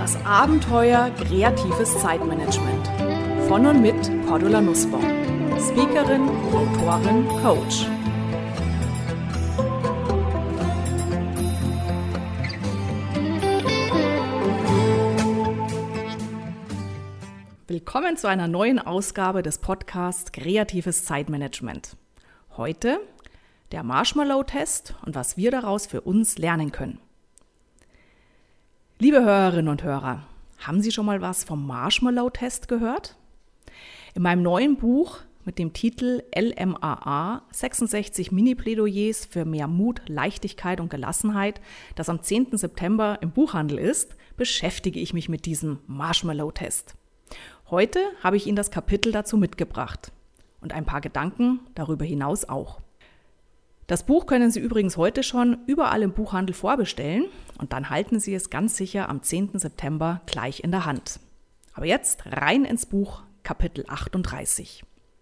Das Abenteuer kreatives Zeitmanagement. Von und mit Cordula Nussbaum. Speakerin, Autorin, Coach. Willkommen zu einer neuen Ausgabe des Podcasts Kreatives Zeitmanagement. Heute der Marshmallow-Test und was wir daraus für uns lernen können. Liebe Hörerinnen und Hörer, haben Sie schon mal was vom Marshmallow-Test gehört? In meinem neuen Buch mit dem Titel LMAA, 66 Mini-Plädoyers für mehr Mut, Leichtigkeit und Gelassenheit, das am 10. September im Buchhandel ist, beschäftige ich mich mit diesem Marshmallow-Test. Heute habe ich Ihnen das Kapitel dazu mitgebracht und ein paar Gedanken darüber hinaus auch. Das Buch können Sie übrigens heute schon überall im Buchhandel vorbestellen und dann halten Sie es ganz sicher am 10. September gleich in der Hand. Aber jetzt rein ins Buch, Kapitel 38.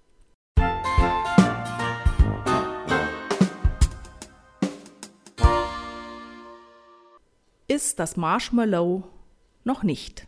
Ist das Marshmallow noch nicht?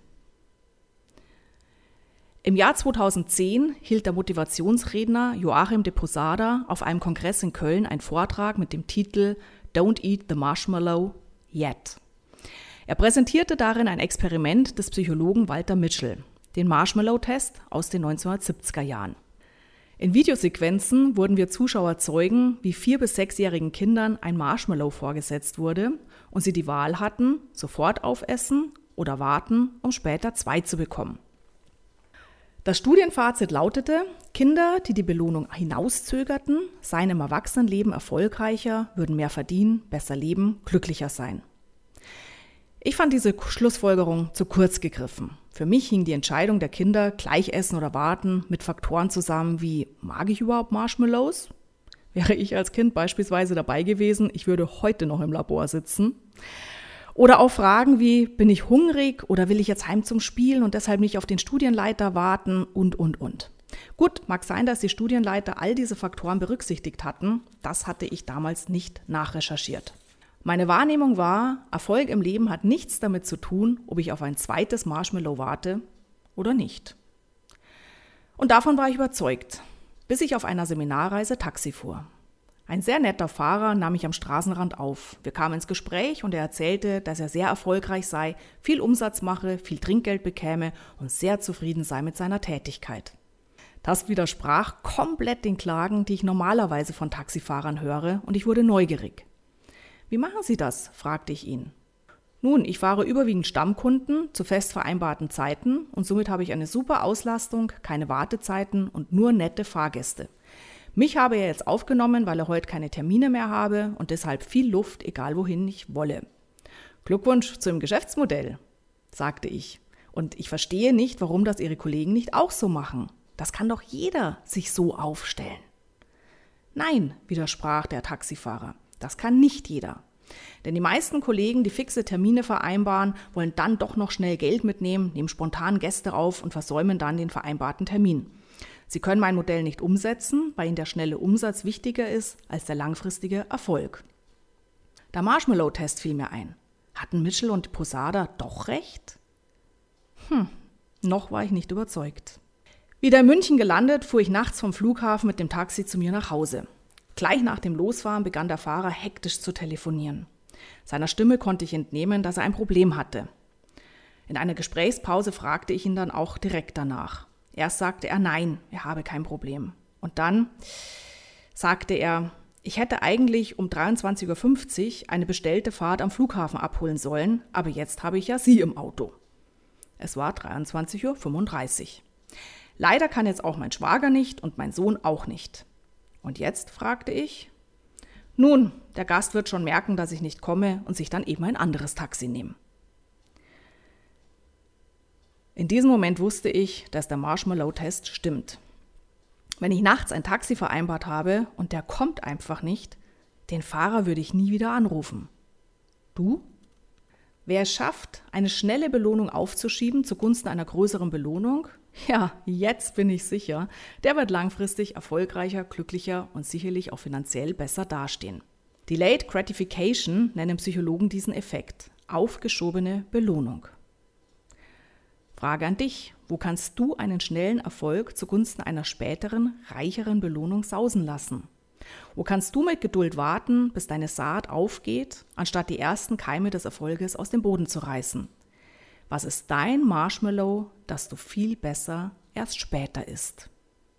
Im Jahr 2010 hielt der Motivationsredner Joachim de Posada auf einem Kongress in Köln einen Vortrag mit dem Titel Don't Eat the Marshmallow Yet. Er präsentierte darin ein Experiment des Psychologen Walter Mischel, den Marshmallow-Test aus den 1970er Jahren. In Videosequenzen wurden wir Zuschauer Zeugen, wie 4- bis 6-jährigen Kindern ein Marshmallow vorgesetzt wurde und sie die Wahl hatten, sofort aufessen oder warten, um später 2 zu bekommen. Das Studienfazit lautete, Kinder, die die Belohnung hinauszögerten, seien im Erwachsenenleben erfolgreicher, würden mehr verdienen, besser leben, glücklicher sein. Ich fand diese Schlussfolgerung zu kurz gegriffen. Für mich hing die Entscheidung der Kinder, gleich essen oder warten, mit Faktoren zusammen wie, mag ich überhaupt Marshmallows? Wäre ich als Kind beispielsweise dabei gewesen, ich würde heute noch im Labor sitzen. Oder auch Fragen wie, bin ich hungrig oder will ich jetzt heim zum Spielen und deshalb nicht auf den Studienleiter warten und. Gut, mag sein, dass die Studienleiter all diese Faktoren berücksichtigt hatten. Das hatte ich damals nicht nachrecherchiert. Meine Wahrnehmung war, Erfolg im Leben hat nichts damit zu tun, ob ich auf ein zweites Marshmallow warte oder nicht. Und davon war ich überzeugt, bis ich auf einer Seminarreise Taxi fuhr. Ein sehr netter Fahrer nahm mich am Straßenrand auf. Wir kamen ins Gespräch und er erzählte, dass er sehr erfolgreich sei, viel Umsatz mache, viel Trinkgeld bekäme und sehr zufrieden sei mit seiner Tätigkeit. Das widersprach komplett den Klagen, die ich normalerweise von Taxifahrern höre, und ich wurde neugierig. Wie machen Sie das?, fragte ich ihn. Nun, ich fahre überwiegend Stammkunden zu fest vereinbarten Zeiten und somit habe ich eine super Auslastung, keine Wartezeiten und nur nette Fahrgäste. Mich habe er jetzt aufgenommen, weil er heute keine Termine mehr habe und deshalb viel Luft, egal wohin ich wolle. Glückwunsch zum Geschäftsmodell, sagte ich. Und ich verstehe nicht, warum das Ihre Kollegen nicht auch so machen. Das kann doch jeder sich so aufstellen. Nein, widersprach der Taxifahrer, das kann nicht jeder. Denn die meisten Kollegen, die fixe Termine vereinbaren, wollen dann doch noch schnell Geld mitnehmen, nehmen spontan Gäste auf und versäumen dann den vereinbarten Termin. Sie können mein Modell nicht umsetzen, weil Ihnen der schnelle Umsatz wichtiger ist als der langfristige Erfolg. Der Marshmallow-Test fiel mir ein. Hatten Mischel und Posada doch recht? Noch war ich nicht überzeugt. Wieder in München gelandet, fuhr ich nachts vom Flughafen mit dem Taxi zu mir nach Hause. Gleich nach dem Losfahren begann der Fahrer hektisch zu telefonieren. Seiner Stimme konnte ich entnehmen, dass er ein Problem hatte. In einer Gesprächspause fragte ich ihn dann auch direkt danach. Erst sagte er, nein, er habe kein Problem. Und dann sagte er, ich hätte eigentlich um 23.50 Uhr eine bestellte Fahrt am Flughafen abholen sollen, aber jetzt habe ich ja Sie im Auto. Es war 23.35 Uhr. Leider kann jetzt auch mein Schwager nicht und mein Sohn auch nicht. Und jetzt, fragte ich, nun, der Gast wird schon merken, dass ich nicht komme und sich dann eben ein anderes Taxi nehmen. In diesem Moment wusste ich, dass der Marshmallow-Test stimmt. Wenn ich nachts ein Taxi vereinbart habe und der kommt einfach nicht, den Fahrer würde ich nie wieder anrufen. Du? Wer es schafft, eine schnelle Belohnung aufzuschieben zugunsten einer größeren Belohnung, ja, jetzt bin ich sicher, der wird langfristig erfolgreicher, glücklicher und sicherlich auch finanziell besser dastehen. Delayed Gratification nennen Psychologen diesen Effekt, aufgeschobene Belohnung. Frage an dich: Wo kannst du einen schnellen Erfolg zugunsten einer späteren, reicheren Belohnung sausen lassen? Wo kannst du mit Geduld warten, bis deine Saat aufgeht, anstatt die ersten Keime des Erfolges aus dem Boden zu reißen? Was ist dein Marshmallow, das du viel besser erst später isst?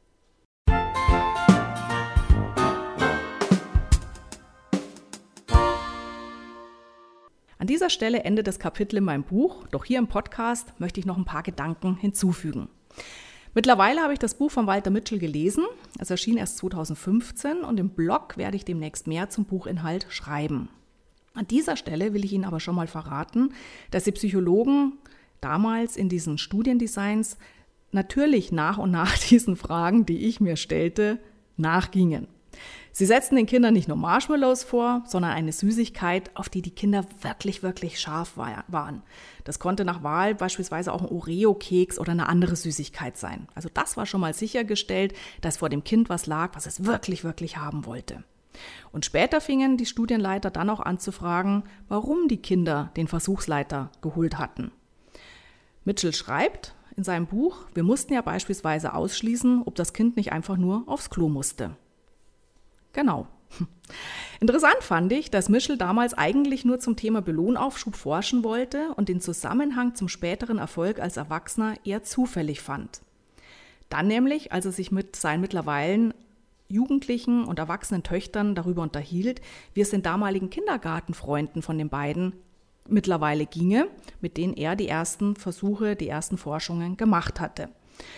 An dieser Stelle endet das Kapitel in meinem Buch, doch hier im Podcast möchte ich noch ein paar Gedanken hinzufügen. Mittlerweile habe ich das Buch von Walter Mitchell gelesen. Es erschien erst 2015 und im Blog werde ich demnächst mehr zum Buchinhalt schreiben. An dieser Stelle will ich Ihnen aber schon mal verraten, dass die Psychologen damals in diesen Studiendesigns natürlich nach und nach diesen Fragen, die ich mir stellte, nachgingen. Sie setzten den Kindern nicht nur Marshmallows vor, sondern eine Süßigkeit, auf die die Kinder wirklich, wirklich scharf waren. Das konnte nach Wahl beispielsweise auch ein Oreo-Keks oder eine andere Süßigkeit sein. Also das war schon mal sichergestellt, dass vor dem Kind was lag, was es wirklich, wirklich haben wollte. Und später fingen die Studienleiter dann auch an zu fragen, warum die Kinder den Versuchsleiter geholt hatten. Mitchell schreibt in seinem Buch, wir mussten ja beispielsweise ausschließen, ob das Kind nicht einfach nur aufs Klo musste. Genau. Interessant fand ich, dass Mitchell damals eigentlich nur zum Thema Belohnaufschub forschen wollte und den Zusammenhang zum späteren Erfolg als Erwachsener eher zufällig fand. Dann nämlich, als er sich mit seinen mittlerweile jugendlichen und erwachsenen Töchtern darüber unterhielt, wie es den damaligen Kindergartenfreunden von den beiden mittlerweile ginge, mit denen er die ersten Versuche, die ersten Forschungen gemacht hatte.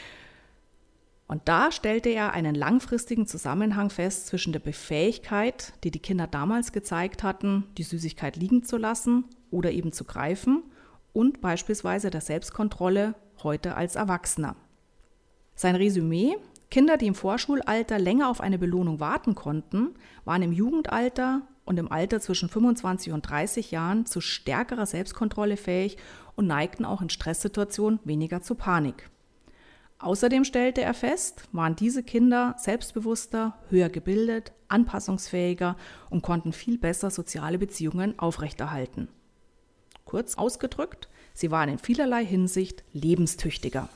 Und da stellte er einen langfristigen Zusammenhang fest zwischen der Befähigkeit, die die Kinder damals gezeigt hatten, die Süßigkeit liegen zu lassen oder eben zu greifen, und beispielsweise der Selbstkontrolle heute als Erwachsener. Sein Resümee: Kinder, die im Vorschulalter länger auf eine Belohnung warten konnten, waren im Jugendalter und im Alter zwischen 25 und 30 Jahren zu stärkerer Selbstkontrolle fähig und neigten auch in Stresssituationen weniger zu Panik. Außerdem stellte er fest, waren diese Kinder selbstbewusster, höher gebildet, anpassungsfähiger und konnten viel besser soziale Beziehungen aufrechterhalten. Kurz ausgedrückt, sie waren in vielerlei Hinsicht lebenstüchtiger.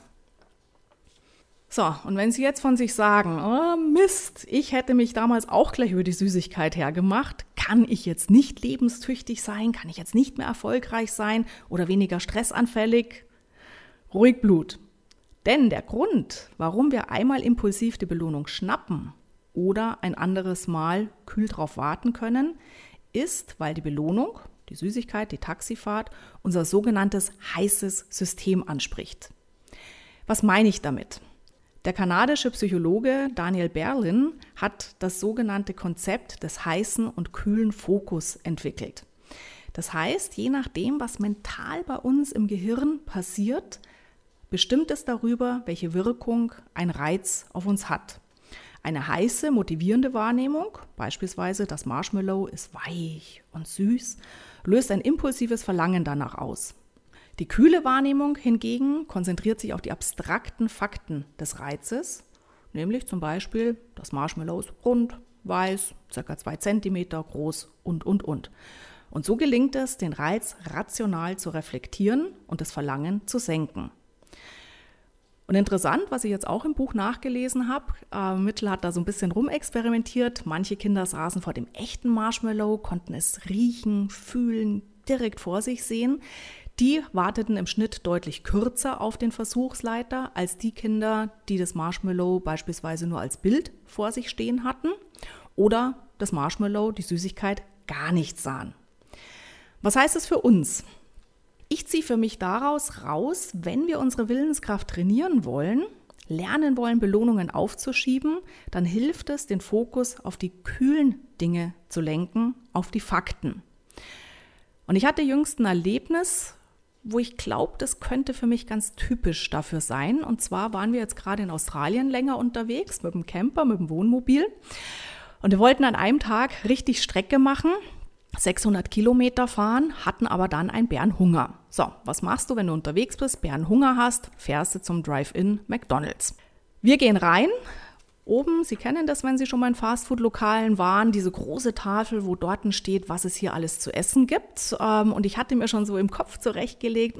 So, und wenn Sie jetzt von sich sagen, oh Mist, ich hätte mich damals auch gleich über die Süßigkeit hergemacht, kann ich jetzt nicht lebenstüchtig sein, kann ich jetzt nicht mehr erfolgreich sein oder weniger stressanfällig? Ruhig Blut. Denn der Grund, warum wir einmal impulsiv die Belohnung schnappen oder ein anderes Mal kühl drauf warten können, ist, weil die Belohnung, die Süßigkeit, die Taxifahrt, unser sogenanntes heißes System anspricht. Was meine ich damit? Der kanadische Psychologe Daniel Berlin hat das sogenannte Konzept des heißen und kühlen Fokus entwickelt. Das heißt, je nachdem, was mental bei uns im Gehirn passiert, bestimmt es darüber, welche Wirkung ein Reiz auf uns hat. Eine heiße, motivierende Wahrnehmung, beispielsweise das Marshmallow ist weich und süß, löst ein impulsives Verlangen danach aus. Die kühle Wahrnehmung hingegen konzentriert sich auf die abstrakten Fakten des Reizes, nämlich zum Beispiel, das Marshmallow ist rund, weiß, ca. 2 cm groß und. Und so gelingt es, den Reiz rational zu reflektieren und das Verlangen zu senken. Und interessant, was ich jetzt auch im Buch nachgelesen habe, Mitchell hat da so ein bisschen rumexperimentiert. Manche Kinder saßen vor dem echten Marshmallow, konnten es riechen, fühlen, direkt vor sich sehen. Die warteten im Schnitt deutlich kürzer auf den Versuchsleiter als die Kinder, die das Marshmallow beispielsweise nur als Bild vor sich stehen hatten oder das Marshmallow, die Süßigkeit, gar nicht sahen. Was heißt es für uns? Ich ziehe für mich daraus raus, wenn wir unsere Willenskraft trainieren wollen, lernen wollen, Belohnungen aufzuschieben, dann hilft es, den Fokus auf die kühlen Dinge zu lenken, auf die Fakten. Und ich hatte jüngst ein Erlebnis, wo ich glaube, das könnte für mich ganz typisch dafür sein. Und zwar waren wir jetzt gerade in Australien länger unterwegs mit dem Camper, mit dem Wohnmobil. Und wir wollten an einem Tag richtig Strecke machen, 600 Kilometer fahren, hatten aber dann einen Bärenhunger. So, was machst du, wenn du unterwegs bist, Bärenhunger hast, fährst du zum Drive-In McDonald's. Wir gehen rein. Oben, Sie kennen das, wenn Sie schon mal in Fastfood-Lokalen waren, diese große Tafel, wo dort steht, was es hier alles zu essen gibt. Und ich hatte mir schon so im Kopf zurechtgelegt,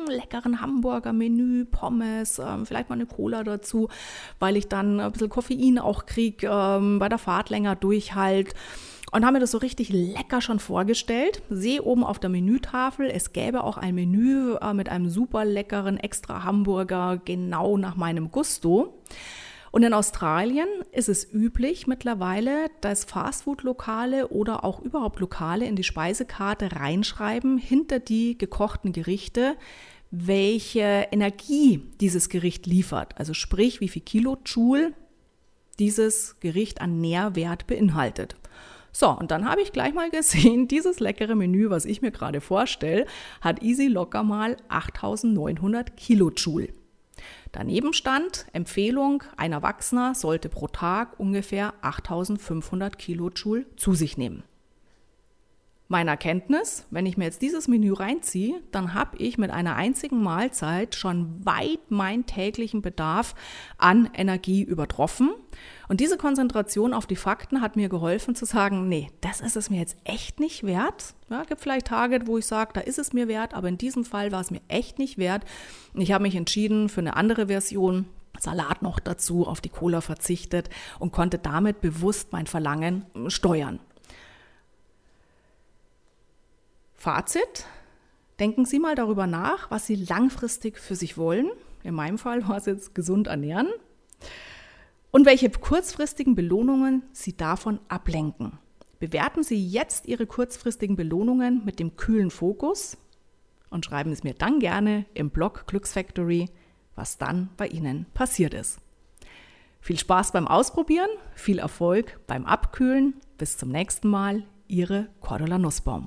leckeren Hamburger-Menü, Pommes, vielleicht mal eine Cola dazu, weil ich dann ein bisschen Koffein auch kriege, bei der Fahrt länger durchhalt. Und habe mir das so richtig lecker schon vorgestellt. Sehe oben auf der Menütafel, es gäbe auch ein Menü mit einem super leckeren extra Hamburger, genau nach meinem Gusto. Und in Australien ist es üblich mittlerweile, dass Fastfood-Lokale oder auch überhaupt Lokale in die Speisekarte reinschreiben, hinter die gekochten Gerichte, welche Energie dieses Gericht liefert. Also sprich, wie viel Kilojoule dieses Gericht an Nährwert beinhaltet. So, und dann habe ich gleich mal gesehen, dieses leckere Menü, was ich mir gerade vorstelle, hat easy locker mal 8.900 Kilojoule. Daneben stand, Empfehlung, ein Erwachsener sollte pro Tag ungefähr 8.500 Kilojoule zu sich nehmen. Meine Erkenntnis, wenn ich mir jetzt dieses Menü reinziehe, dann habe ich mit einer einzigen Mahlzeit schon weit meinen täglichen Bedarf an Energie übertroffen. Und diese Konzentration auf die Fakten hat mir geholfen zu sagen, nee, das ist es mir jetzt echt nicht wert. Ja, gibt vielleicht Tage, wo ich sage, da ist es mir wert, aber in diesem Fall war es mir echt nicht wert. Und ich habe mich entschieden für eine andere Version, Salat noch dazu, auf die Cola verzichtet und konnte damit bewusst mein Verlangen steuern. Fazit, denken Sie mal darüber nach, was Sie langfristig für sich wollen. In meinem Fall war es jetzt gesund ernähren. Und welche kurzfristigen Belohnungen Sie davon ablenken. Bewerten Sie jetzt Ihre kurzfristigen Belohnungen mit dem kühlen Fokus und schreiben es mir dann gerne im Blog Glücksfactory, was dann bei Ihnen passiert ist. Viel Spaß beim Ausprobieren, viel Erfolg beim Abkühlen. Bis zum nächsten Mal, Ihre Cordula Nussbaum.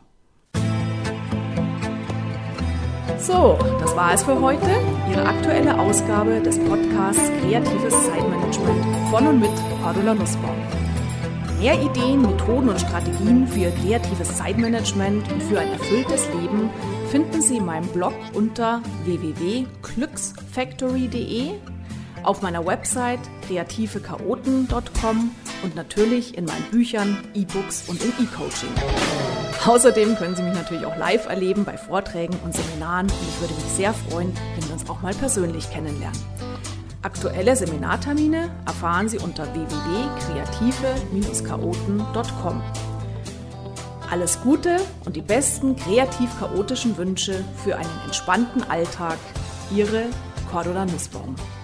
So, das war es für heute. Ihre aktuelle Ausgabe des Podcasts Kreatives Zeitmanagement von und mit Cordula Nussbaum. Mehr Ideen, Methoden und Strategien für Ihr kreatives Zeitmanagement und für ein erfülltes Leben finden Sie in meinem Blog unter www.glücksfactory.de, auf meiner Website kreativechaoten.com und natürlich in meinen Büchern, E-Books und im E-Coaching. Außerdem können Sie mich natürlich auch live erleben bei Vorträgen und Seminaren und ich würde mich sehr freuen, wenn wir uns auch mal persönlich kennenlernen. Aktuelle Seminartermine erfahren Sie unter www.kreative-chaoten.com. Alles Gute und die besten kreativ-chaotischen Wünsche für einen entspannten Alltag. Ihre Cordula Nussbaum.